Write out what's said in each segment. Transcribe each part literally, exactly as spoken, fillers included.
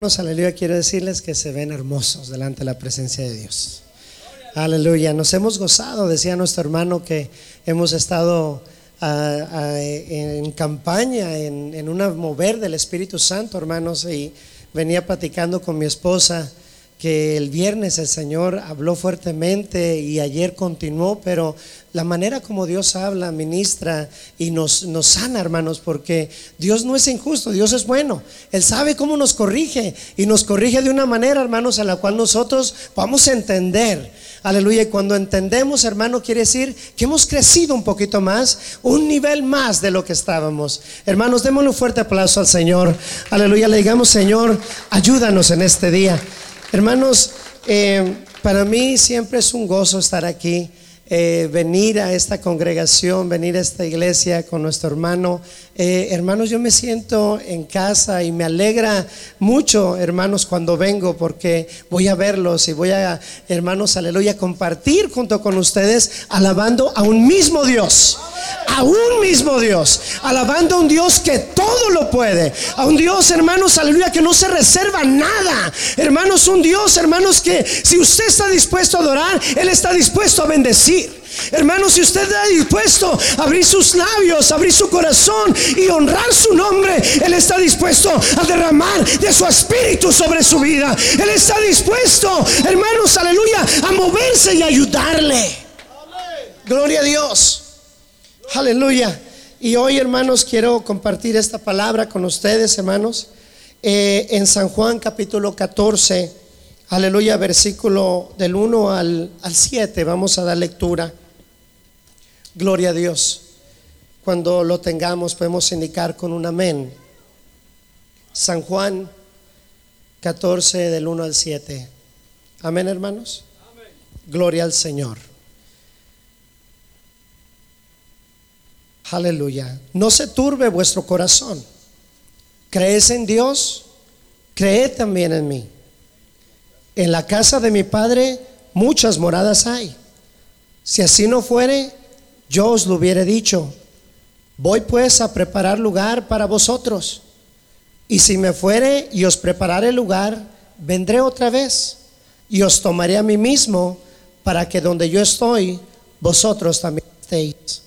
Aleluya, quiero decirles que se ven hermosos delante de la presencia de Dios. Aleluya, nos hemos gozado, decía nuestro hermano, que hemos estado uh, uh, en campaña, en, en una mover del Espíritu Santo, hermanos, y venía platicando con mi esposa que el viernes el Señor habló fuertemente y ayer continuó, pero la manera como Dios habla, ministra y nos, nos sana, hermanos, porque Dios no es injusto, Dios es bueno. Él sabe cómo nos corrige y nos corrige de una manera, hermanos, a la cual nosotros vamos a entender. Aleluya, y cuando entendemos, hermano, quiere decir que hemos crecido un poquito más, un nivel más de lo que estábamos. Hermanos, démosle un fuerte aplauso al Señor. Aleluya, le digamos: Señor, ayúdanos en este día. Hermanos, eh, para mí siempre es un gozo estar aquí, eh, venir a esta congregación, venir a esta iglesia con nuestro hermano. Eh, hermanos, yo me siento en casa y me alegra mucho, hermanos, cuando vengo, porque voy a verlos y voy a, hermanos, aleluya, compartir junto con ustedes, alabando a un mismo Dios. A un mismo Dios, alabando a un Dios que todo lo puede, a un Dios, hermanos, aleluya, que no se reserva nada. Hermanos, un Dios, hermanos, que si usted está dispuesto a adorar, Él está dispuesto a bendecir. Hermanos, si usted está dispuesto a abrir sus labios, abrir su corazón y honrar su nombre, Él está dispuesto a derramar de su espíritu sobre su vida. Él está dispuesto, hermanos, aleluya, a moverse y ayudarle. Gloria a Dios. Aleluya. Y hoy, hermanos, quiero compartir esta palabra con ustedes, hermanos, eh, en San Juan capítulo catorce, aleluya, versículo del uno al, al siete. Vamos a dar lectura. Gloria a Dios. Cuando lo tengamos podemos indicar con un amén. San Juan catorce, del uno al siete. Amén, hermanos. Amén. Gloria al Señor. Aleluya. No se turbe vuestro corazón. ¿Crees en Dios? Creed también en mí. En la casa de mi Padre muchas moradas hay. Si así no fuere, yo os lo hubiera dicho. Voy pues a preparar lugar para vosotros. Y si me fuere y os preparare lugar, vendré otra vez y os tomaré a mí mismo, para que donde yo estoy, vosotros también estéis.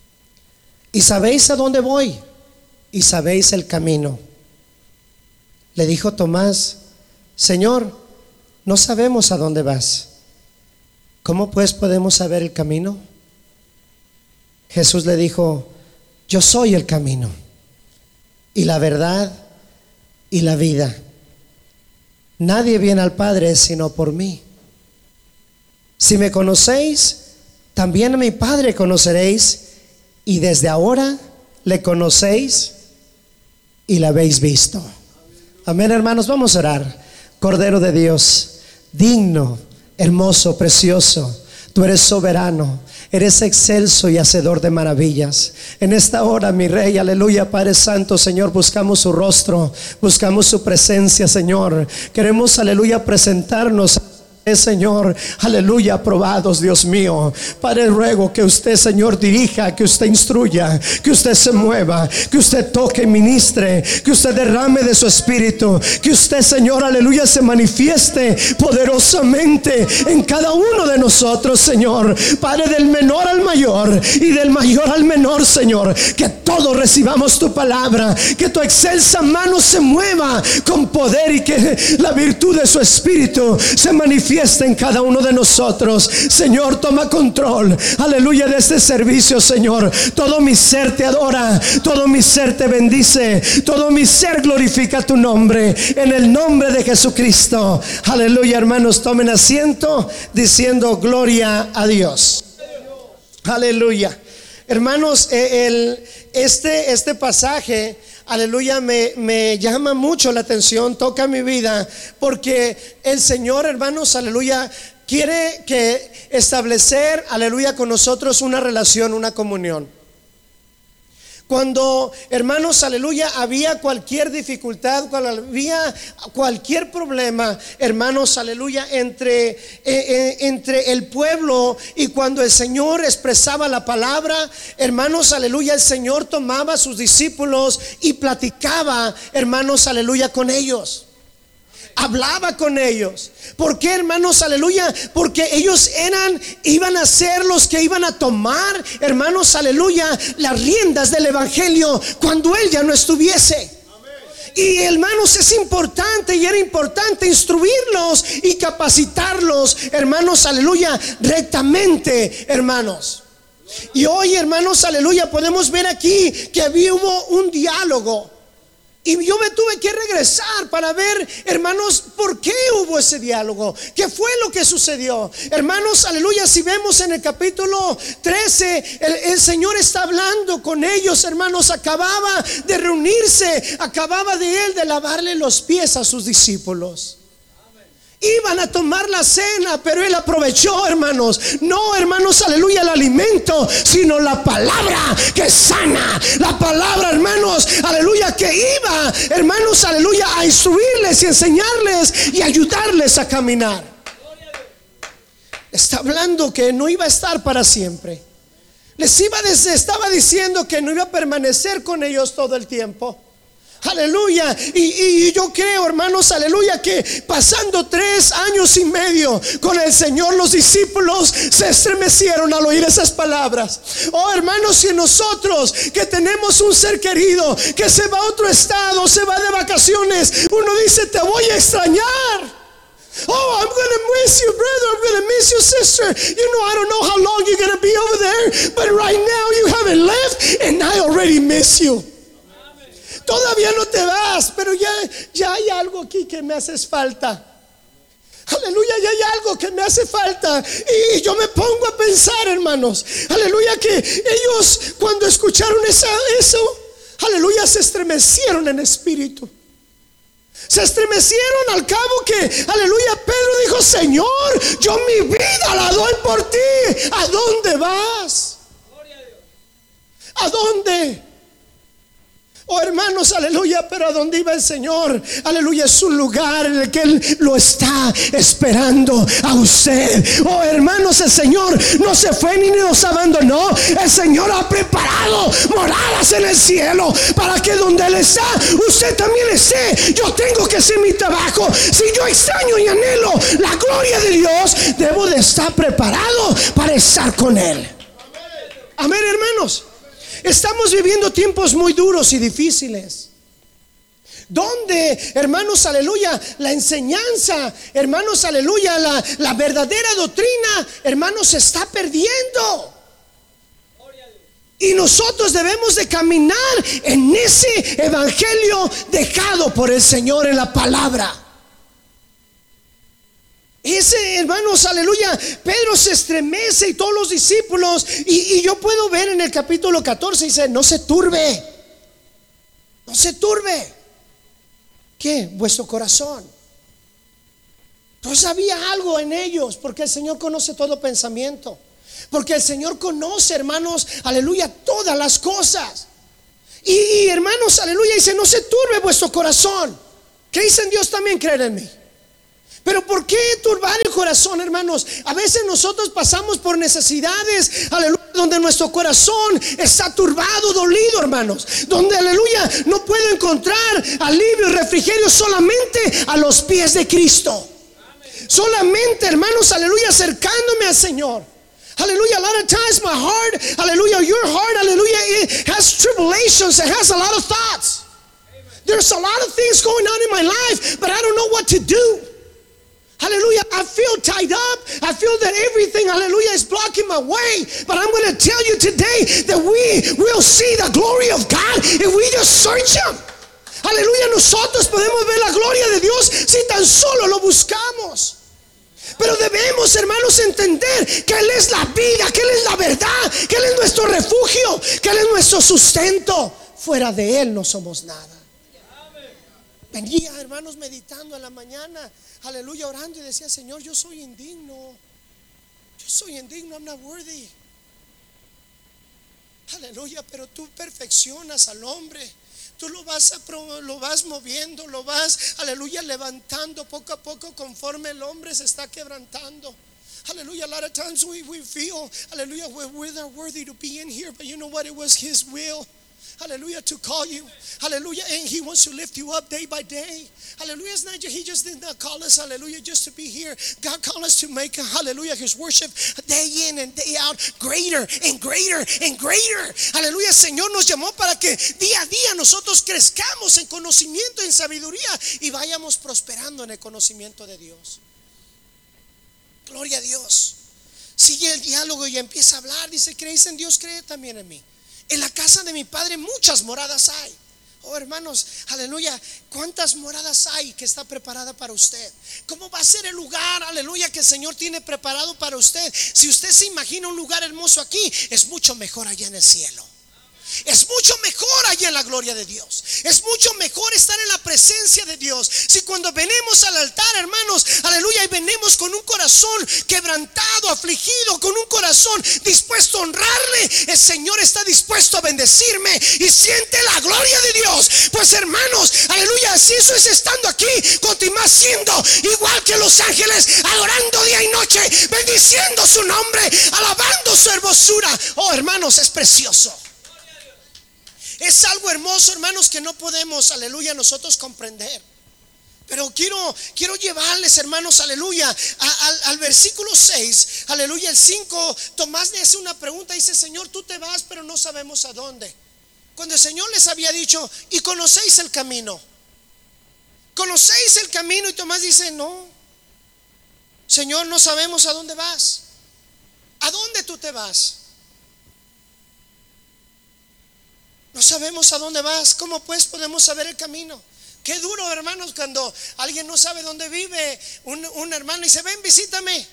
Y sabéis a dónde voy, y sabéis el camino. Le dijo Tomás: Señor, no sabemos a dónde vas. ¿Cómo pues podemos saber el camino? Jesús le dijo: Yo soy el camino, y la verdad, y la vida. Nadie viene al Padre sino por mí. Si me conocéis, también a mi Padre conoceréis. Y desde ahora le conocéis y la habéis visto. Amén, hermanos, vamos a orar. Cordero de Dios, digno, hermoso, precioso, tú eres soberano, eres excelso y hacedor de maravillas. En esta hora, mi Rey, aleluya, Padre Santo, Señor, buscamos su rostro, buscamos su presencia, Señor. Queremos, aleluya, presentarnos, Señor, aleluya, aprobados, Dios mío. Padre, ruego que usted, Señor, dirija, que usted instruya, que usted se mueva, que usted toque y ministre, que usted derrame de su espíritu, que usted, Señor, aleluya, se manifieste poderosamente en cada uno de nosotros, Señor. Padre, del menor al mayor y del mayor al menor, Señor, que todos recibamos tu palabra, que tu excelsa mano se mueva con poder y que la virtud de su espíritu se manifieste en cada uno de nosotros. Señor, toma control, aleluya, de este servicio, Señor. Todo mi ser te adora, todo mi ser te bendice, todo mi ser glorifica tu nombre, en el nombre de Jesucristo. Aleluya, hermanos, tomen asiento diciendo gloria a Dios. Aleluya. Hermanos, el, este, este pasaje, aleluya, me, me llama mucho la atención, toca mi vida, porque el Señor, hermanos, aleluya, quiere que establecer, aleluya, con nosotros una relación, una comunión. Cuando, hermanos, aleluya, había cualquier dificultad, cuando había cualquier problema, hermanos, aleluya, entre, eh, eh, entre el pueblo, y cuando el Señor expresaba la palabra, hermanos, aleluya, el Señor tomaba a sus discípulos y platicaba, hermanos, aleluya, con ellos. hablaba con ellos. ¿Por qué, hermanos? Aleluya. Porque ellos eran, iban a ser los que iban a tomar, hermanos, aleluya, las riendas del evangelio cuando él ya no estuviese. Y hermanos, es importante y era importante instruirlos y capacitarlos, hermanos, aleluya, rectamente, hermanos. Y hoy, hermanos, aleluya, podemos ver aquí que había, hubo un diálogo. Y yo me tuve que regresar para ver, hermanos, por qué hubo ese diálogo, qué fue lo que sucedió. Hermanos, aleluya, si vemos en el capítulo trece, el, el Señor está hablando con ellos, hermanos. Acababa de reunirse, acababa de él de lavarle los pies a sus discípulos. Iban a tomar la cena, pero él aprovechó, hermanos, no, hermanos, aleluya, el alimento, sino la palabra que sana, la palabra, hermanos, aleluya, que iba, hermanos, aleluya, a instruirles y enseñarles y ayudarles a caminar. Está hablando que no iba a estar para siempre. Les iba, estaba diciendo que no iba a permanecer con ellos todo el tiempo. Aleluya. Y, y yo creo, hermanos, aleluya, que pasando tres años y medio con el Señor, los discípulos se estremecieron al oír esas palabras. Oh, hermanos, si nosotros que tenemos un ser querido que se va a otro estado, se va de vacaciones, uno dice: te voy a extrañar. Oh, I'm gonna miss you, brother. I'm gonna miss you, sister. You know, I don't know how long you're gonna be over there, but right now you haven't left and I already miss you. Todavía no te vas, pero ya, ya hay algo aquí que me hace falta. Aleluya, ya hay algo que me hace falta. Y yo me pongo a pensar, hermanos, aleluya, que ellos cuando escucharon esa, eso, aleluya, se estremecieron en espíritu. Se estremecieron al cabo que, aleluya, Pedro dijo: Señor, yo mi vida la doy por ti. ¿A dónde vas? ¿A dónde? Oh, hermanos, aleluya, pero a dónde iba el Señor, aleluya, es un lugar en el que Él lo está esperando a usted. Oh, hermanos, el Señor no se fue ni nos abandonó. El Señor ha preparado moradas en el cielo para que donde Él está, usted también esté. Yo tengo que hacer mi trabajo. Si yo extraño y anhelo la gloria de Dios, debo de estar preparado para estar con Él. Amén, hermanos. Estamos viviendo tiempos muy duros y difíciles, donde, hermanos, aleluya, la enseñanza, hermanos, aleluya, la, la verdadera doctrina, hermanos, se está perdiendo. Y nosotros debemos de caminar en ese evangelio dejado por el Señor en la palabra. Ese, hermanos, aleluya, Pedro se estremece y todos los discípulos, y, y yo puedo ver en el capítulo catorce, dice: no se turbe, no se turbe. ¿Qué? Vuestro corazón. Pues había algo en ellos, porque el Señor conoce todo pensamiento, porque el Señor conoce, hermanos, aleluya, todas las cosas. Y, y hermanos, aleluya, dice: no se turbe vuestro corazón. ¿Creéis en Dios? También creed en mí. Pero ¿por qué turbar el corazón, hermanos? A veces nosotros pasamos por necesidades, aleluya, donde nuestro corazón está turbado, dolido, hermanos, donde, aleluya, no puedo encontrar alivio y refrigerio solamente a los pies de Cristo. Solamente, hermanos, aleluya, acercándome al Señor. Hallelujah. A lot of times my heart, hallelujah, your heart, hallelujah, it has tribulations, it has a lot of thoughts. There's a lot of things going on in my life, but I don't know what to do. Hallelujah, I feel tied up. I feel that everything, hallelujah, is blocking my way. But I'm going to tell you today that we will see the glory of God if we just search Him. Aleluya, nosotros podemos ver la gloria de Dios si tan solo lo buscamos. Pero debemos, hermanos, entender que Él es la vida, que Él es la verdad, que Él es nuestro refugio, que Él es nuestro sustento. Fuera de Él no somos nada. Venía, hermanos, meditando en la mañana, aleluya, orando, y decía: Señor, yo soy indigno. Yo soy indigno, I'm not worthy. Aleluya, pero tú perfeccionas al hombre. Tú lo vas, a, lo vas moviendo, lo vas, aleluya, levantando poco a poco conforme el hombre se está quebrantando. Hallelujah. A lot of times we, we feel, hallelujah, we're, we're not worthy to be in here, but you know what? It was His will. hallelujah, to call you, hallelujah, and He wants to lift you up day by day. Hallelujah. It's not just, He just did not call us, hallelujah, just to be here. God called us to make, hallelujah, His worship day in and day out greater and greater and greater. Hallelujah. El Señor nos llamó para que día a día nosotros crezcamos en conocimiento, en sabiduría y vayamos prosperando en el conocimiento de Dios. Gloria a Dios. Sigue el diálogo y empieza a hablar. Dice: ¿creéis en Dios? Cree también en mí. En la casa de mi Padre muchas moradas hay. Oh, hermanos, aleluya, ¿cuántas moradas hay que está preparada para usted? ¿Cómo va a ser el lugar, aleluya, que el Señor tiene preparado para usted? Si usted se imagina un lugar hermoso aquí, es mucho mejor allá en el cielo. Es mucho mejor allá en la gloria de Dios. Es mucho mejor estar en la presencia de Dios. Si cuando venimos al altar, hermanos, aleluya, y venimos con un corazón quebrantado, afligido, con un corazón dispuesto a honrarle, el Señor está dispuesto a bendecirme y siente la gloria de Dios. Pues, hermanos, aleluya, si eso es estando aquí, continúa siendo igual que los ángeles, adorando día y noche, bendiciendo su nombre, alabando su hermosura. Oh, hermanos, es precioso. Es algo hermoso, hermanos, que no podemos, aleluya, nosotros comprender. Pero quiero, quiero llevarles, hermanos, aleluya, a, a, al versículo seis, aleluya, el cinco. Tomás le hace una pregunta, dice: Señor, tú te vas, pero no sabemos a dónde. Cuando el Señor les había dicho: y conocéis el camino. Conocéis el camino. Y Tomás dice: no, Señor, no sabemos a dónde vas. ¿A dónde tú te vas? No sabemos a dónde vas. ¿Cómo pues podemos saber el camino? Qué duro, hermanos, cuando alguien no sabe dónde vive. Un, un hermano dice: ven, visítame.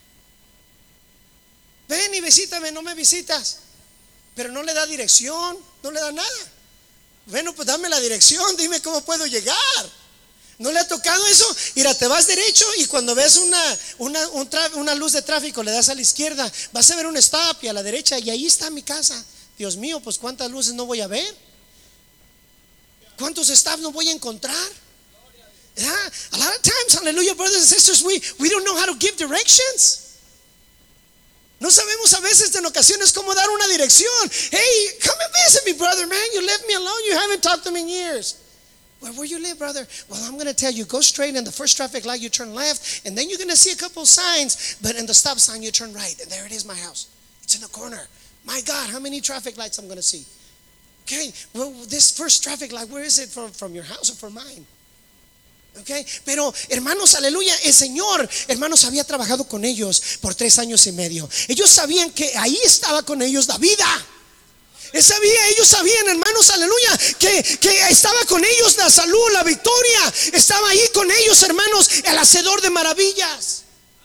Ven y visítame. No me visitas. Pero no le da dirección, no le da nada. Bueno, pues dame la dirección, dime cómo puedo llegar. ¿No le ha tocado eso? Mira, te vas derecho y cuando ves una, una, un tra- una luz de tráfico, le das a la izquierda, vas a ver un stop y a la derecha, y ahí está mi casa. Dios mío, pues cuántas luces no voy a ver, cuántos staff no voy a encontrar. Yeah, a lot of times, hallelujah, brothers and sisters, we, we don't know how to give directions. No sabemos a veces, en ocasiones, cómo dar una dirección. Hey, come and visit me, brother, man. You left me alone. You haven't talked to me in years. Well, where you live, brother? Well, I'm going to tell you, go straight, in the first traffic light you turn left, and then you're going to see a couple signs, but in the stop sign you turn right, and there it is, my house. It's in the corner. My God, how many traffic lights I'm going to see? Okay, well, this first traffic light, where is it, from, from your house or from mine? Okay, pero hermanos, aleluya, el Señor, hermanos, había trabajado con ellos por tres años y medio. Ellos sabían que ahí estaba con ellos la vida. Él sabía, ellos sabían, hermanos, aleluya, que, que estaba con ellos la salud, la victoria. Estaba ahí con ellos, hermanos, el hacedor de maravillas.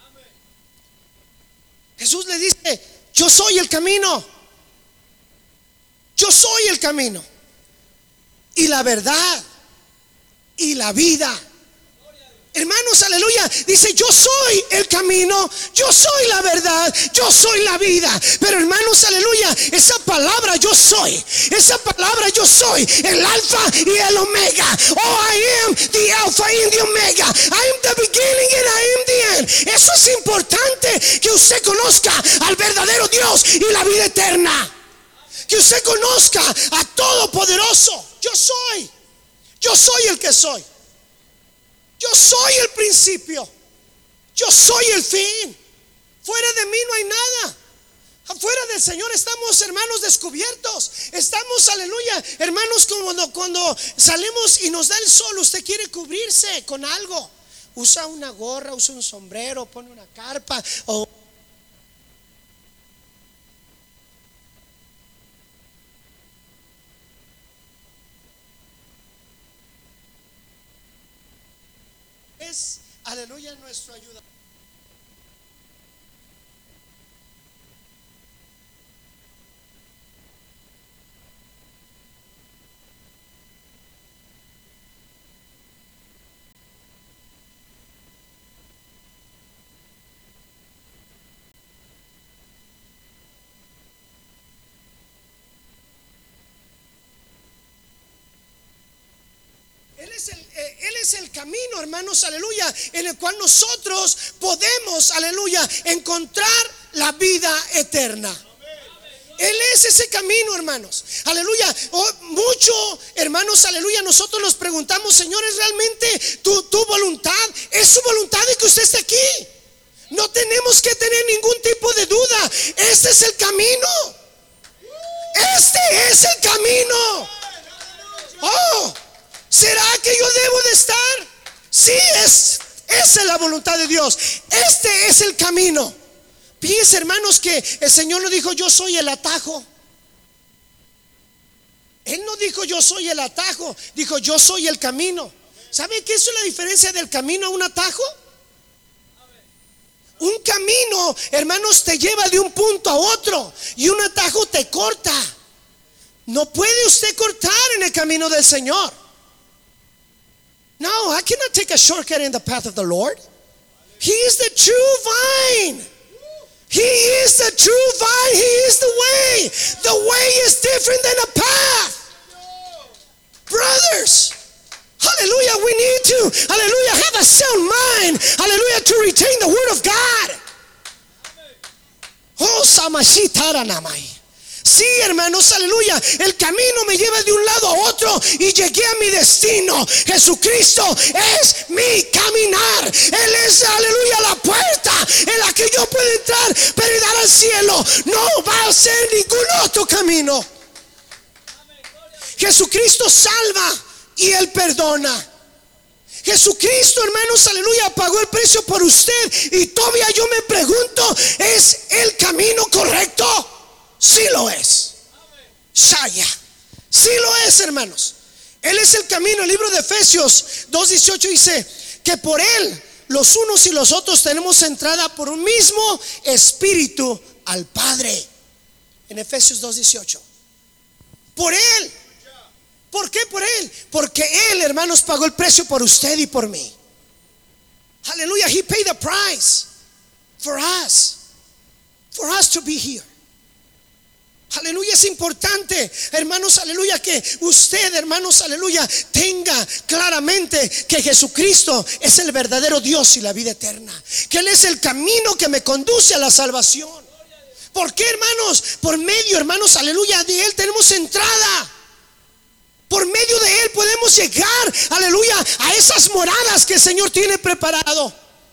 Jesús le dice: yo soy el camino. Yo soy el camino y la verdad y la vida. Hermanos, aleluya, dice: yo soy el camino, yo soy la verdad, yo soy la vida. Pero hermanos, aleluya, esa palabra yo soy, esa palabra yo soy el alfa y el omega. Oh, I am the alpha and the omega. I am the beginning and I am the end. Eso es importante, que usted conozca al verdadero Dios y la vida eterna. Que usted conozca a Todopoderoso. Yo soy, yo soy el que soy. Yo soy el principio. Yo soy el fin. Fuera de mí no hay nada. Afuera del Señor estamos, hermanos, descubiertos. Estamos, aleluya, hermanos, como cuando salimos y nos da el sol, usted quiere cubrirse con algo. Usa una gorra, usa un sombrero, pone una carpa o es, aleluya, nuestro ayuda. Él es el, eh, Él es el camino, hermanos, aleluya, en el cual nosotros podemos, aleluya, encontrar la vida eterna. Él es ese camino, hermanos. Aleluya. Oh, mucho, hermanos, aleluya. Nosotros nos preguntamos, Señor, ¿es realmente tu, tu voluntad? ¿Es su voluntad de que usted esté aquí? No tenemos que tener ningún tipo de duda. Este es el camino. Este es el camino. Oh, ¿será que yo debo de estar? Sí, es, esa es la voluntad de Dios. Este es el camino. Fíjense, hermanos, que el Señor no dijo yo soy el atajo. Él no dijo yo soy el atajo, dijo yo soy el camino. ¿Sabe qué es la diferencia del camino a un atajo? Un camino, hermanos, te lleva de un punto a otro, y un atajo te corta. No puede usted cortar en el camino del Señor. No, I cannot take a shortcut in the path of the Lord. He is the true vine. He is the true vine. He is the way. The way is different than a path. Brothers, hallelujah, we need to, hallelujah, have a sound mind, hallelujah, to retain the word of God. Oh, samashitara namai. Sí, hermanos, aleluya. El camino me lleva de un lado a otro y llegué a mi destino. Jesucristo es mi caminar. Él es, aleluya, la puerta en la que yo puedo entrar para ir al cielo. No va a ser ningún otro camino. Jesucristo salva y Él perdona. Jesucristo, hermanos, aleluya, pagó el precio por usted. Y todavía yo me pregunto, ¿es el camino correcto? Sí lo es. Shaya. Sí lo es, hermanos. Él es el camino. El libro de Efesios dos dieciocho dice que por Él los unos y los otros tenemos entrada por un mismo espíritu al Padre. En Efesios dos dieciocho. Por Él. ¿Por qué por Él? Porque Él, hermanos, pagó el precio por usted y por mí. Aleluya. He paid the price for us. For us to be here. Aleluya, es importante, hermanos, aleluya, que usted, hermanos, aleluya, tenga claramente que Jesucristo es el verdadero Dios y la vida eterna, que Él es el camino que me conduce a la salvación. ¿Por qué, hermanos? Por medio, hermanos, aleluya, de Él tenemos entrada. Por medio de Él podemos llegar, aleluya, a esas moradas que el Señor tiene preparado.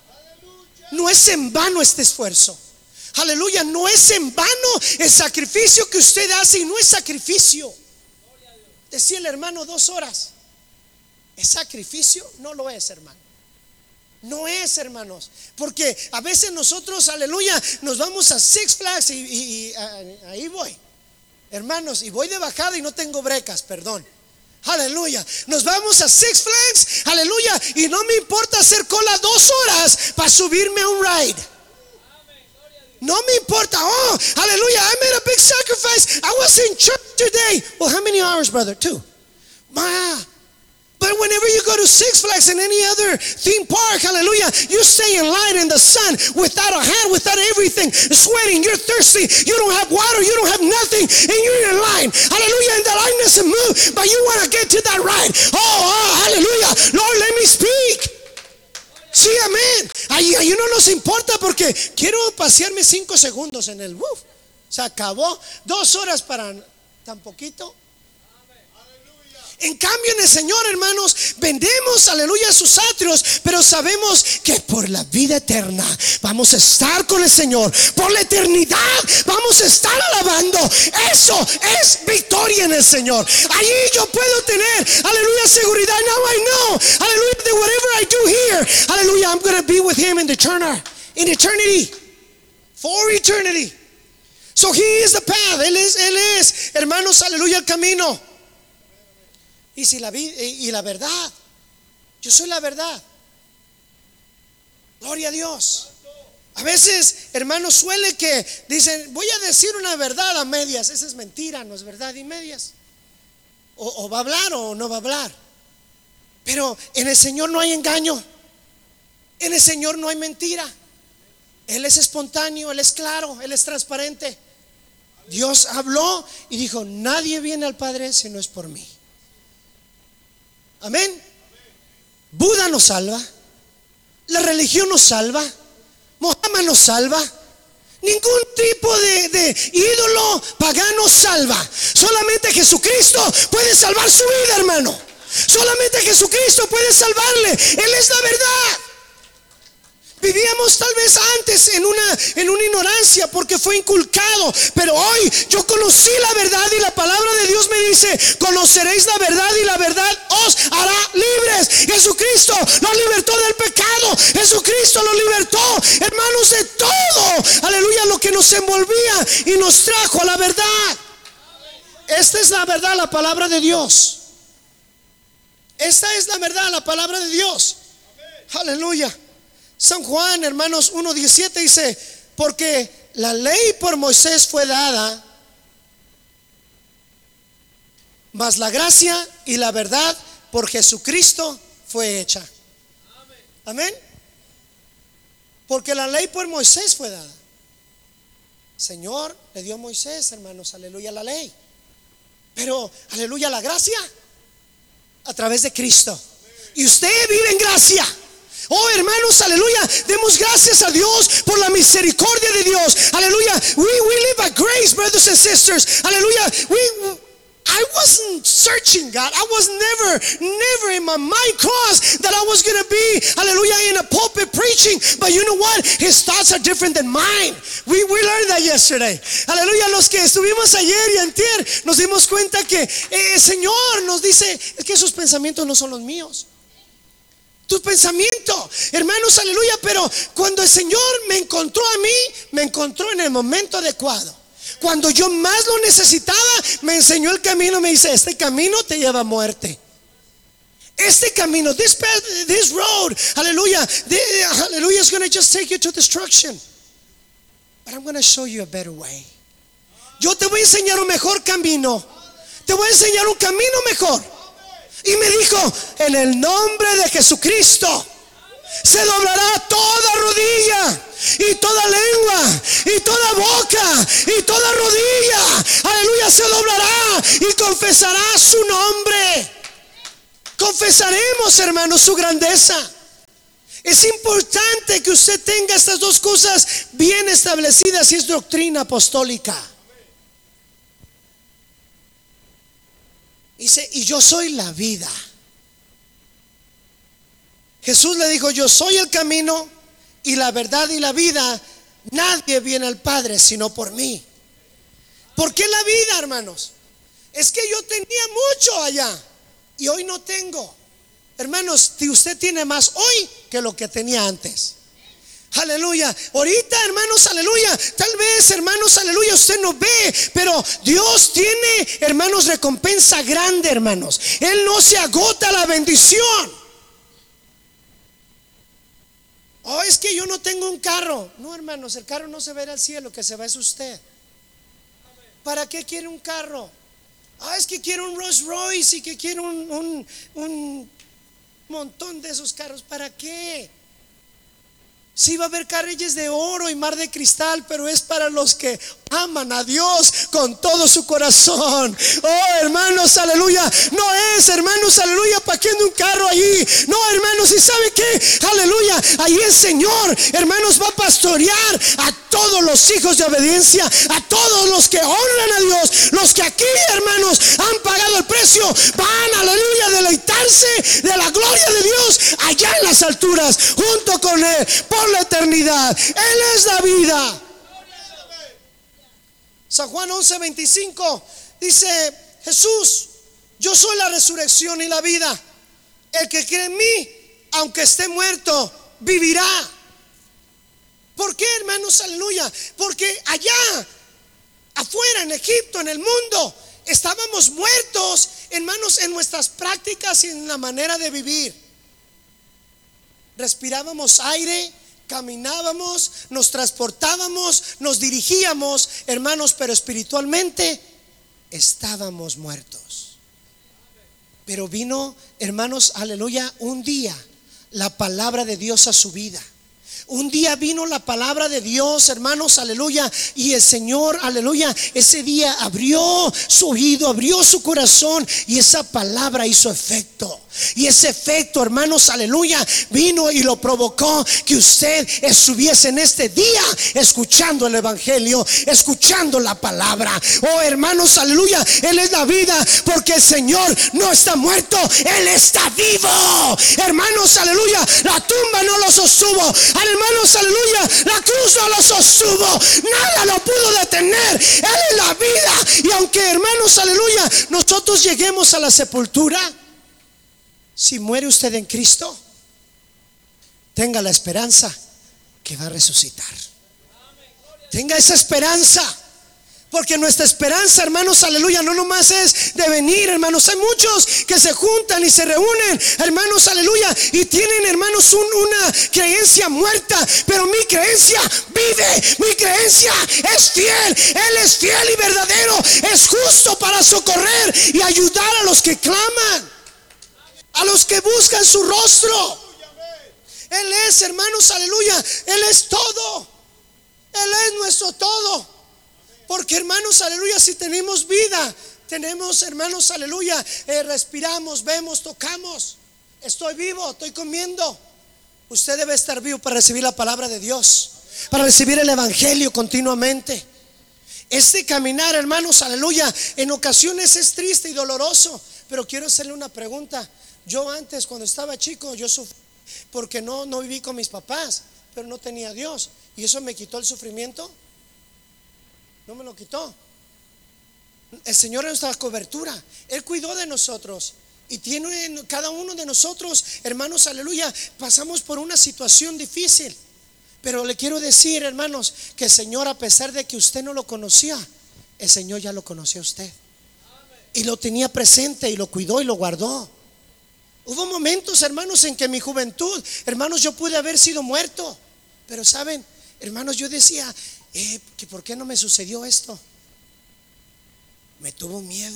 No es en vano este esfuerzo. Aleluya, no es en vano el sacrificio que usted hace, y no es sacrificio. Decía el hermano, dos horas. ¿Es sacrificio? No lo es, hermano. No es, hermanos. Porque a veces nosotros, aleluya, nos vamos a Six Flags y, y, y a, ahí voy, hermanos, y voy de bajada y no tengo brecas, perdón. Aleluya, nos vamos a Six Flags, aleluya, y no me importa hacer cola dos horas para subirme a un ride. No me importa. Oh, hallelujah, I made a big sacrifice. I was in church today. Well, how many hours, brother? Two. Ah. But whenever you go to Six Flags and any other theme park, hallelujah, you stay in line in the sun without a hat, without everything, sweating, you're thirsty, you don't have water, you don't have nothing, and you're in line, hallelujah, and the line doesn't move, but you want to get to that ride. Oh, oh, hallelujah, Lord, let me speak. Sí, amén. Ahí, ahí no nos importa porque quiero pasearme cinco segundos en el uf, se acabó. Dos horas para tan poquito. En cambio, en el Señor, hermanos, vendemos, aleluya, sus atrios, pero sabemos que por la vida eterna vamos a estar con el Señor. Por la eternidad vamos a estar alabando. Eso es victoria en el Señor. Allí yo puedo tener, aleluya, seguridad. Now I know, aleluya, that whatever I do here, aleluya, I'm going to be with Him in the eternal, in eternity, for eternity. So He is the path. Él es, Él es, hermanos, aleluya, el camino. Y si la vida y la verdad, yo soy la verdad. Gloria a Dios. A veces, hermanos, suele que dicen, voy a decir una verdad a medias. Esa es mentira, no es verdad y medias. O, o va a hablar o no va a hablar. Pero en el Señor no hay engaño. En el Señor no hay mentira. Él es espontáneo, Él es claro, Él es transparente. Dios habló y dijo, nadie viene al Padre si no es por mí. Amén. Buda nos salva, la religión nos salva, Mohammed nos salva, Ningún tipo de, de ídolo pagano salva. Solamente Jesucristo puede salvar su vida, hermano. Solamente Jesucristo puede salvarle. Él es la verdad. Vivíamos tal vez antes en una, en una ignorancia porque fue inculcado, pero hoy yo conocí la verdad y la palabra de Dios me dice: conoceréis la verdad y la verdad os hará libres. Jesucristo nos libertó del pecado. Jesucristo nos libertó, hermanos, de todo, aleluya, lo que nos envolvía y nos trajo a la verdad. Esta es la verdad, la palabra de Dios. Esta es la verdad, la palabra de Dios. Aleluya. San Juan, hermanos, uno diecisiete dice: porque la ley por Moisés fue dada, mas la gracia y la verdad por Jesucristo fue hecha. Amén. Porque la ley por Moisés fue dada. Señor le dio a Moisés, hermanos, aleluya, la ley. Pero, aleluya, la gracia a través de Cristo. Y usted vive en gracia. Oh, hermanos, aleluya, demos gracias a Dios por la misericordia de Dios. Aleluya. We, we live by grace, brothers and sisters. Aleluya. We, I wasn't searching God. I was never, never in my mind crossed that I was going to be, hallelujah, in a pulpit preaching. But you know what? His thoughts are different than mine. We, we learned that yesterday. Aleluya. Los que estuvimos ayer y antier nos dimos cuenta que eh, el Señor nos dice: es que sus pensamientos no son los míos. Tu pensamiento, hermanos, aleluya. Pero cuando el Señor me encontró a mí, me encontró en el momento adecuado. Cuando yo más lo necesitaba, me enseñó el camino. Me dice: este camino te lleva a muerte. Este camino, this path, this road, aleluya, aleluya, is going to just take you to destruction. But I'm going to show you a better way. Yo te voy a enseñar un mejor camino. Te voy a enseñar un camino mejor. Y me dijo: en el nombre de Jesucristo se doblará toda rodilla y toda lengua y toda boca y toda rodilla, aleluya, se doblará y confesará su nombre. Confesaremos, hermanos, su grandeza. Es importante que usted tenga estas dos cosas bien establecidas y es doctrina apostólica. Dice: y yo soy la vida. Jesús le dijo: yo soy el camino y la verdad y la vida. Nadie viene al Padre sino por mí. ¿Por qué la vida, hermanos? Es que yo tenía mucho allá y hoy no tengo. Hermanos, si usted tiene más hoy que lo que tenía antes. Aleluya. Ahorita, hermanos, aleluya, tal vez, hermanos, aleluya, usted no ve, pero Dios tiene, hermanos, recompensa grande, hermanos. Él no se agota la bendición. Oh, es que yo no tengo un carro. No, hermanos, el carro no se va a ir al cielo, que se va es usted. ¿Para qué quiere un carro? Ah, es que quiere un Rolls Royce y que quiere un, un, un montón de esos carros. ¿Para qué? Sí, va a haber carrillos de oro y mar de cristal, pero es para los que aman a Dios con todo su corazón. Oh, hermanos, aleluya. No es, hermanos, aleluya, para que ande un carro allí. No, hermanos, ¿y sabe qué? Aleluya, ahí el Señor, hermanos, va a pastorear a todos los hijos de obediencia, a todos los que honran a Dios. Los que aquí, hermanos, han pagado el precio, van, aleluya, a deleitarse de la gloria de Dios allá en las alturas, junto con Él por la eternidad. Él es la vida. San Juan once veinticinco dice: Jesús, yo soy la resurrección y la vida. El que cree en mí, aunque esté muerto, vivirá. ¿Por qué, hermanos? Aleluya. Porque allá afuera, en Egipto, en el mundo, estábamos muertos, hermanos, en nuestras prácticas y en la manera de vivir. Respirábamos aire, caminábamos, nos transportábamos, nos dirigíamos, hermanos, pero espiritualmente estábamos muertos. Pero vino, hermanos, aleluya, un día la palabra de Dios a su vida. Un día vino la palabra de Dios, hermanos, aleluya, y el Señor, aleluya, ese día abrió su oído, abrió su corazón, y esa palabra hizo efecto. Y ese efecto, hermanos, aleluya, vino y lo provocó que usted estuviese en este día escuchando el evangelio, escuchando la palabra. Oh, hermanos, aleluya, Él es la vida, porque el Señor no está muerto, Él está vivo. Hermanos, aleluya, la tumba no lo sostuvo. Hermanos, aleluya, la cruz no lo sostuvo. Nada lo pudo detener. Él es la vida. Y aunque, hermanos, aleluya, nosotros lleguemos a la sepultura, si muere usted en Cristo, tenga la esperanza que va a resucitar. Tenga esa esperanza, porque nuestra esperanza, hermanos, aleluya, no nomás es de venir, hermanos. Hay muchos que se juntan y se reúnen, hermanos, aleluya, y tienen, hermanos, un, una creencia muerta. Pero mi creencia vive, mi creencia es fiel. Él es fiel y verdadero, es justo para socorrer y ayudar a los que claman, a los que buscan su rostro. Él es, hermanos, aleluya, Él es todo. Él es nuestro todo. Porque, hermanos, aleluya, si tenemos vida, tenemos, hermanos, aleluya, eh, respiramos, vemos, tocamos. Estoy vivo, estoy comiendo. Usted debe estar vivo para recibir la palabra de Dios, para recibir el evangelio continuamente. Este caminar, hermanos, aleluya, en ocasiones es triste y doloroso. Pero quiero hacerle una pregunta. Yo antes, cuando estaba chico, yo sufrí porque no, no viví con mis papás, pero no tenía a Dios. ¿Y eso me quitó el sufrimiento? No me lo quitó. El Señor es nuestra cobertura. Él cuidó de nosotros. Y tiene cada uno de nosotros, hermanos, aleluya, pasamos por una situación difícil. Pero le quiero decir, hermanos, que el Señor, a pesar de que usted no lo conocía, el Señor ya lo conocía a usted. Y lo tenía presente y lo cuidó y lo guardó. Hubo momentos, hermanos, en que en mi juventud, hermanos, yo pude haber sido muerto. Pero saben, hermanos, yo decía, eh, que ¿por qué no me sucedió esto? Me tuvo miedo.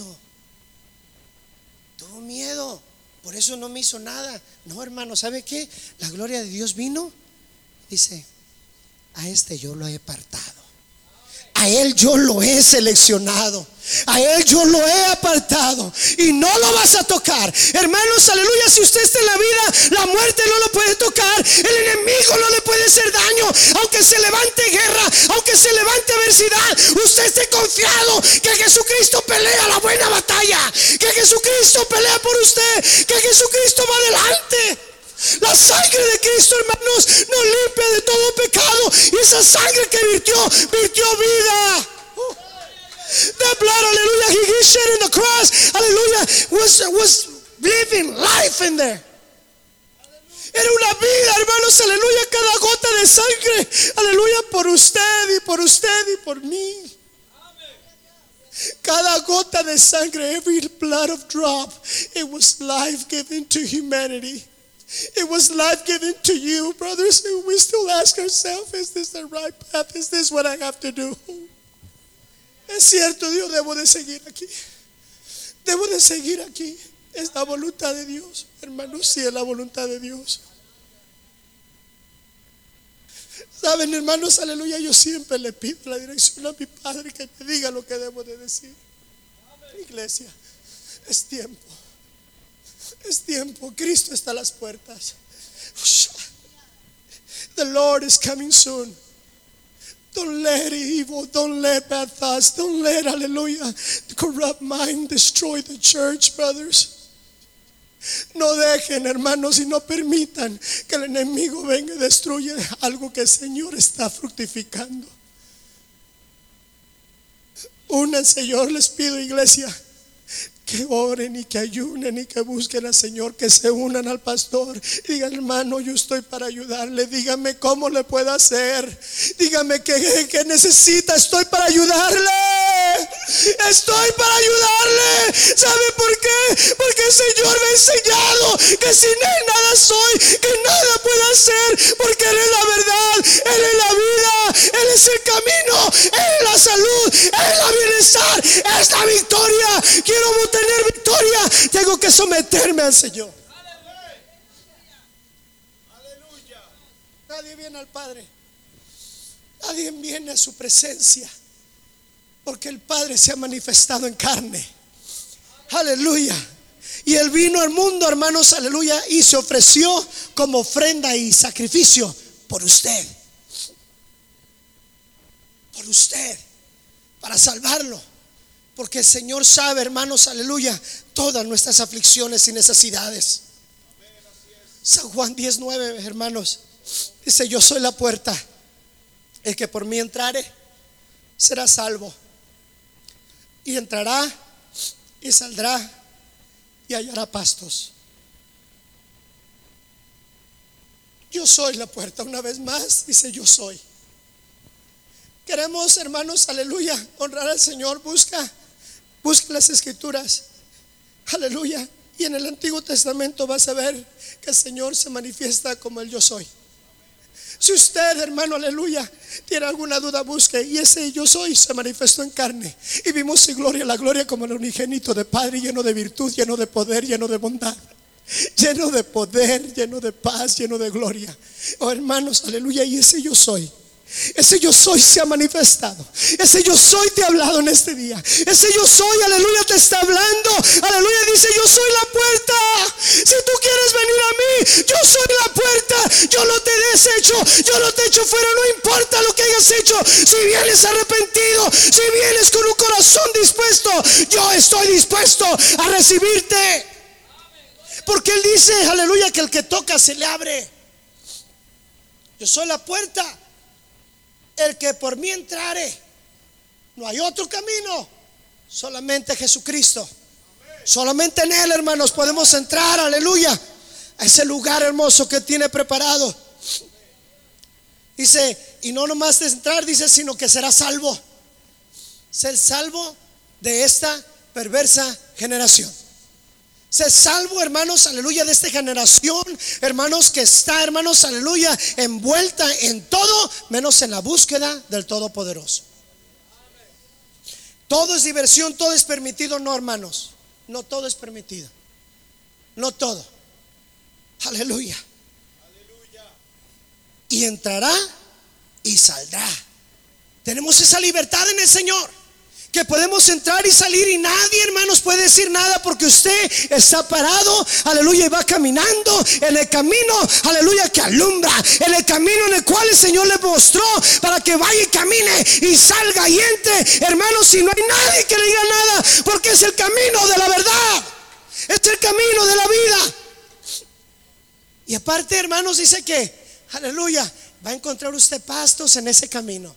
Tuvo miedo. Por eso no me hizo nada. No, hermano, ¿sabe qué? La gloria de Dios vino. Dice, a este yo lo he apartado. A él yo lo he seleccionado. A él yo lo he apartado. Y no lo vas a tocar. Hermanos, aleluya, si usted está en la vida, la muerte no lo puede tocar. El enemigo no le puede hacer daño. Aunque se levante guerra, aunque se levante adversidad, usted esté confiado que Jesucristo pelea la buena batalla, que Jesucristo pelea por usted, que Jesucristo va adelante. La sangre de Cristo, hermanos, nos limpia de todo pecado. Y esa sangre que virtió, virtió vida. uh. The blood, hallelujah, he shed in the cross, hallelujah, was, was living life in there. Era una vida, hermanos, aleluya, cada gota de sangre, aleluya, por usted y por usted y por mí. Cada gota de sangre, every blood of drop, it was life given to humanity. It was life given to you, brothers. And we still ask ourselves, is this the right path? Is this what I have to do? Es cierto, Dios, debo de seguir aquí. Debo de seguir aquí. Es la voluntad de Dios, hermanos. Sí, es la voluntad de Dios. Saben, hermanos, aleluya, yo siempre le pido la dirección a mi Padre que me diga lo que debo de decir. Iglesia, es tiempo. Es tiempo. Cristo está a las puertas. The Lord is coming soon. Don't let evil, don't let bad thoughts, don't let, hallelujah, the corrupt mind destroy the church, brothers. No dejen, hermanos, y no permitan que el enemigo venga y destruya algo que el Señor está fructificando. Únanse, yo les pido, iglesia, que oren y que ayunen y que busquen al Señor, que se unan al pastor y digan, hermano, yo estoy para ayudarle. Dígame cómo le puedo hacer. Dígame qué, qué necesita. Estoy para ayudarle. Estoy para ayudarle. ¿Sabe por qué? Porque el Señor me ha enseñado que sin Él nada soy, que nada puedo hacer, porque Él es la verdad, Él es la vida, Él es el camino, Él es la salud, Él es la bienestar, Él es la victoria. Quiero tener victoria, tengo que someterme al Señor. Aleluya. Nadie viene al Padre, nadie viene a su presencia, porque el Padre se ha manifestado en carne. Aleluya. Y Él vino al mundo, hermanos, aleluya, y se ofreció como ofrenda y sacrificio por usted. Por usted, para salvarlo. Porque el Señor sabe, hermanos, aleluya, todas nuestras aflicciones y necesidades. San Juan diez nueve, hermanos, dice: yo soy la puerta, el que por mí entrare será salvo, y entrará y saldrá y hallará pastos. Yo soy la puerta. Una vez más dice: yo soy. Queremos, hermanos, aleluya, honrar al Señor. Busca, busca las escrituras, aleluya, y en el Antiguo Testamento vas a ver que el Señor se manifiesta como el yo soy. Si usted, hermano, aleluya, tiene alguna duda, busque. Y ese yo soy se manifestó en carne, y vimos su gloria, la gloria como el unigénito de Padre, lleno de virtud, lleno de poder, lleno de bondad, lleno de poder, lleno de paz, lleno de gloria. Oh, hermanos, aleluya. Y ese yo soy, ese yo soy se ha manifestado. Ese yo soy te ha hablado en este día. Ese yo soy, aleluya, te está hablando. Aleluya, dice: yo soy la puerta. Si tú quieres venir a mí, yo soy la puerta. Yo no te desecho, yo no te echo fuera. No importa lo que hayas hecho. Si vienes arrepentido, si vienes con un corazón dispuesto, yo estoy dispuesto a recibirte. Porque Él dice, aleluya, que el que toca se le abre. Yo soy la puerta. El que por mí entrare, no hay otro camino, solamente Jesucristo. Solamente en Él, hermanos, podemos entrar, aleluya, a ese lugar hermoso que tiene preparado. Dice, y no nomás de entrar, dice, sino que será salvo. Ser salvo de esta perversa generación. Ser salvo, hermanos, aleluya, de esta generación, hermanos, que está, hermanos, aleluya, envuelta en todo menos en la búsqueda del Todopoderoso. Todo es diversión, todo es permitido. No, hermanos, no todo es permitido. No todo. Aleluya. Y entrará y saldrá. Tenemos esa libertad en el Señor, que podemos entrar y salir, y nadie, hermanos, puede decir nada, porque usted está parado, aleluya, y va caminando en el camino, aleluya, que alumbra, en el camino en el cual el Señor le mostró para que vaya y camine y salga y entre, hermanos. Y no hay nadie que le diga nada, porque es el camino de la verdad, es el camino de la vida. Y aparte, hermanos, dice que, aleluya, va a encontrar usted pastos en ese camino.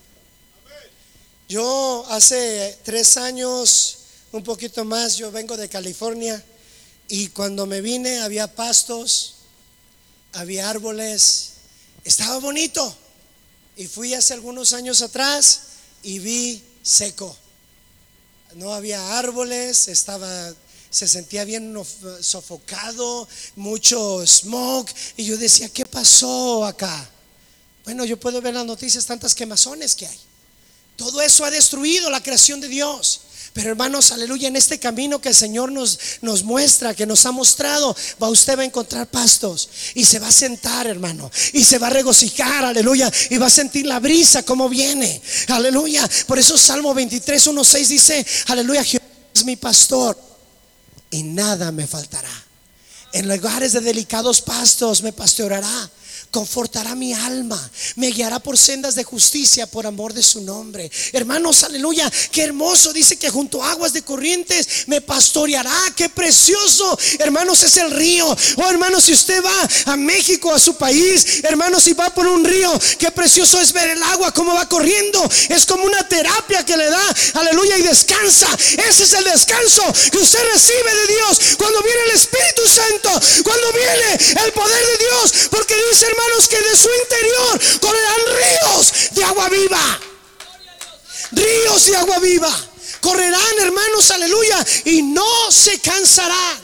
Yo hace tres años, un poquito más, yo vengo de California, y cuando me vine había pastos, había árboles, estaba bonito. Y fui hace algunos años atrás y vi seco. No había árboles, estaba, se sentía bien sofocado, mucho smog. Y yo decía, ¿qué pasó acá? Bueno, yo puedo ver las noticias, tantas quemazones que hay. Todo eso ha destruido la creación de Dios. Pero, hermanos, aleluya, en este camino que el Señor nos, nos muestra, que nos ha mostrado, va usted va a encontrar pastos, y se va a sentar, hermano, y se va a regocijar, aleluya, y va a sentir la brisa como viene, aleluya. Por eso Salmo veintitrés, uno, seis dice, aleluya, Jehová es mi pastor y nada me faltará. En lugares de delicados pastos me pastoreará, confortará mi alma, me guiará por sendas de justicia por amor de su nombre. Hermanos, aleluya, qué hermoso. Dice que junto a aguas de corrientes me pastoreará. Qué precioso, hermanos, es el río. Oh, hermanos, si usted va a México, a su país, hermanos, si va por un río, qué precioso es ver el agua como va corriendo. Es como una terapia que le da, aleluya, y descansa. Ese es el descanso que usted recibe de Dios cuando viene el Espíritu Santo, cuando viene el poder de Dios. Porque dice, hermanos, hermanos, que de su interior correrán ríos de agua viva. Ríos de agua viva correrán, hermanos, aleluya, y no se cansarán.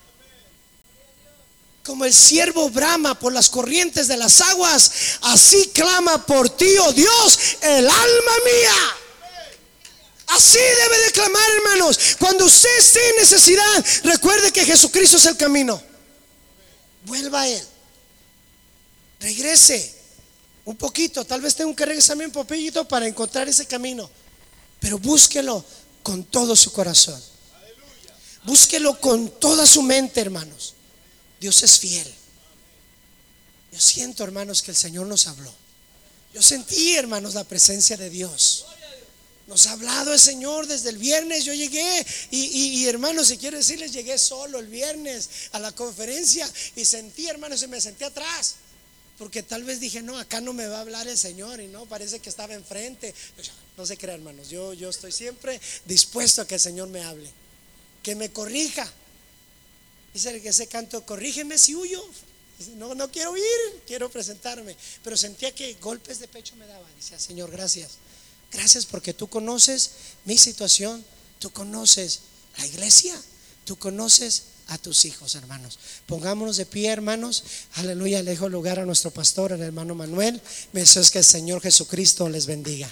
Como el siervo brama por las corrientes de las aguas, así clama por ti, oh Dios, el alma mía. Así debe de clamar, hermanos. Cuando usted esté en necesidad, recuerde que Jesucristo es el camino. Vuelva a Él. Regrese un poquito. Tal vez tengo que regresarme un poquito para encontrar ese camino, pero búsquelo con todo su corazón. Búsquelo con toda su mente, hermanos. Dios es fiel. Yo siento, hermanos, que el Señor nos habló. Yo sentí, hermanos, la presencia de Dios. Nos ha hablado el Señor desde el viernes. Yo llegué y, y, y hermanos, si quiero decirles, llegué solo el viernes a la conferencia y sentí, hermanos, y me senté atrás, porque tal vez dije, no, acá no me va a hablar el Señor, y no, parece que estaba enfrente. No se crea, hermanos, yo, yo estoy siempre dispuesto a que el Señor me hable, que me corrija. Dice que ese canto, corrígeme si huyo. No, no quiero oír, quiero presentarme. Pero sentía que golpes de pecho me daban. Decía, Señor, gracias. Gracias porque tú conoces mi situación. Tú conoces la iglesia. Tú conoces a tus hijos, hermanos. Pongámonos de pie, hermanos. Aleluya, le dejo lugar a nuestro pastor, el hermano Manuel. Me deseo que el Señor Jesucristo les bendiga.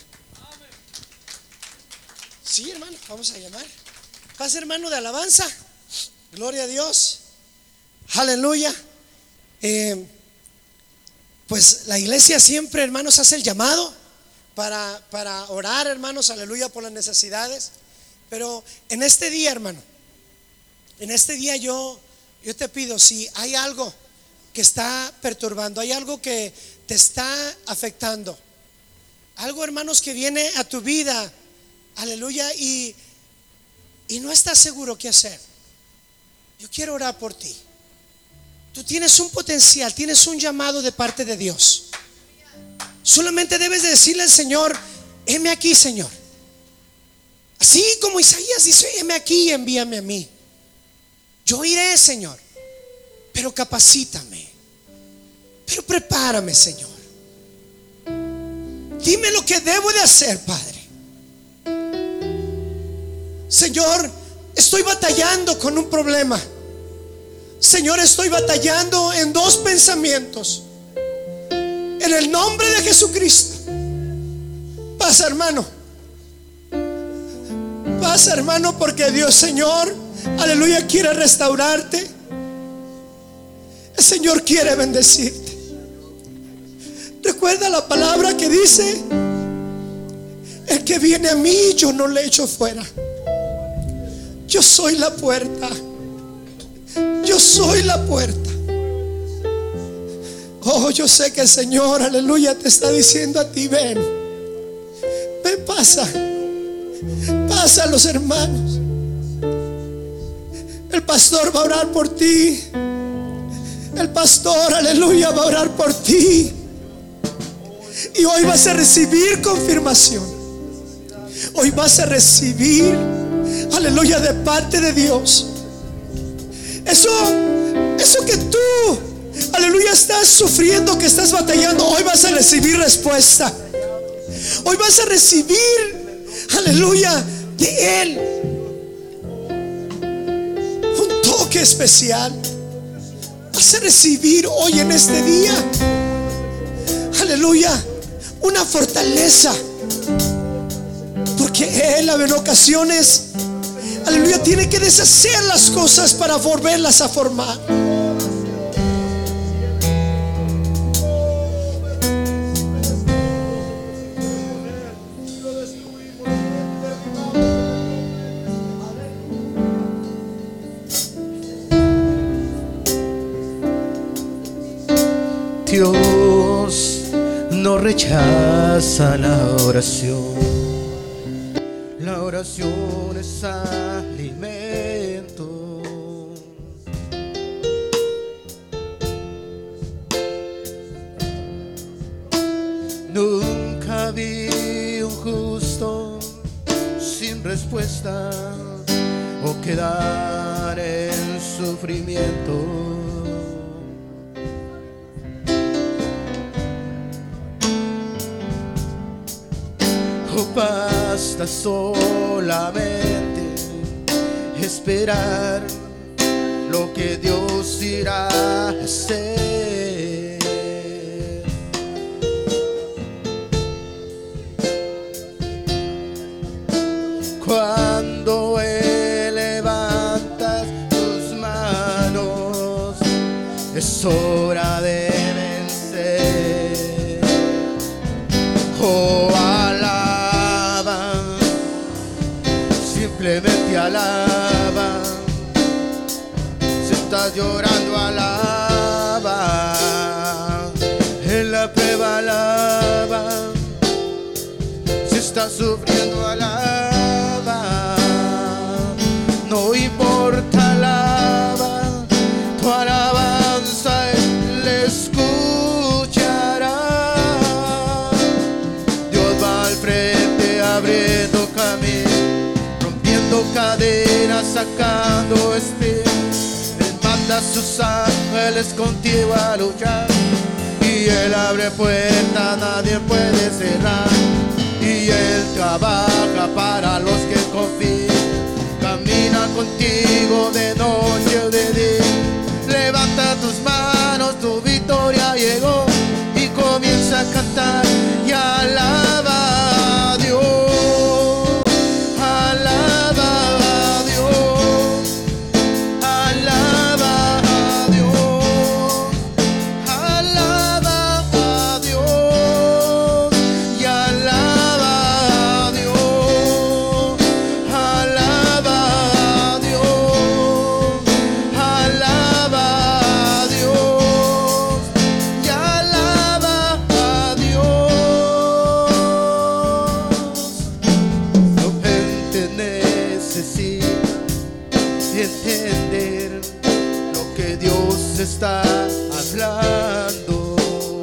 Sí, hermano, vamos a llamar. Pase, hermano, de alabanza. Gloria a Dios. Aleluya. Eh, pues la iglesia siempre, hermanos, hace el llamado para, para orar, hermanos, aleluya, por las necesidades. Pero en este día, hermano, en este día yo, yo te pido, si hay algo que está perturbando, hay algo que te está afectando, algo, hermanos, que viene a tu vida, aleluya, y, y no estás seguro qué hacer, yo quiero orar por ti. Tú tienes un potencial, tienes un llamado de parte de Dios. Solamente debes de decirle al Señor, heme aquí, Señor. Así como Isaías dice, heme aquí y envíame a mí. Yo iré, Señor, pero capacítame, pero prepárame, Señor. Dime lo que debo de hacer, Padre. Señor, estoy batallando con un problema. Señor, estoy batallando en dos pensamientos. En el nombre de Jesucristo, pasa, hermano. Pasa, hermano, porque Dios, Señor, aleluya, quiere restaurarte. El Señor quiere bendecirte. Recuerda la palabra que dice: el que viene a mí, yo no le echo fuera. Yo soy la puerta. Yo soy la puerta. Oh, yo sé que el Señor, aleluya, te está diciendo a ti, ven. Ven, pasa. Pasa, los hermanos. El pastor va a orar por ti. El pastor, aleluya, va a orar por ti. Y hoy vas a recibir confirmación. Hoy vas a recibir, aleluya, de parte de Dios. Eso, eso que tú, aleluya, estás sufriendo, que estás batallando, hoy vas a recibir respuesta. Hoy vas a recibir, aleluya, de Él un toque especial. Vas a recibir hoy en este día, aleluya, una fortaleza. Porque Él en ocasiones, aleluya, tiene que deshacer las cosas para volverlas a formar. Dios no rechaza la oración. La oración es alimento. Nunca vi un justo sin respuesta o quedar en sufrimiento. Basta solamente esperar lo que Dios irá a hacer. Cuando levantas tus manos, es hora de vencer. Oh, simplemente alaba, estás llorando, alaba. En la prueba, alaba. Si estás sufriendo, alaba. No importa, alaba. Tu alabanza Él escuchará. Dios va al frente abriendo camino, rompiendo cadenas, sacando espíritus. Él manda a sus ángeles contigo a luchar. Y Él abre puertas, nadie puede cerrar. Y Él trabaja para los que confían. Camina contigo de noche o de día. Levanta tus manos, tu victoria llegó. Y comienza a cantar y alaba a Dios. Alaba a Dios. Alaba a Dios. Alaba a Dios. Y alaba a Dios. Alaba a Dios. Alaba a Dios. Y alaba a Dios. La gente necesita entender lo que Dios está hablando.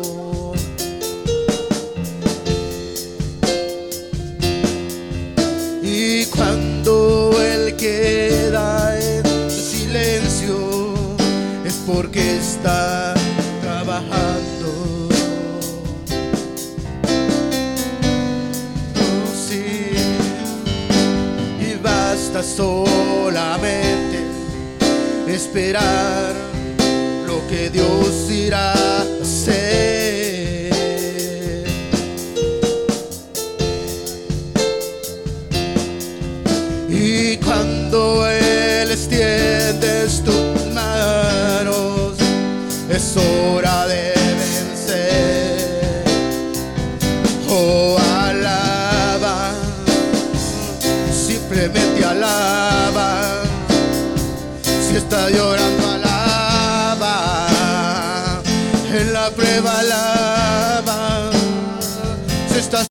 Y cuando Él queda en silencio es porque está trabajando. Oh, sí. Y basta solamente esperar lo que Dios irá a hacer. Y cuando Él extiendes tus manos, es hora de vencer. Oh, alaba, simplemente alaba. Si estás llorando, alaba. En la prueba, alaba. Si estás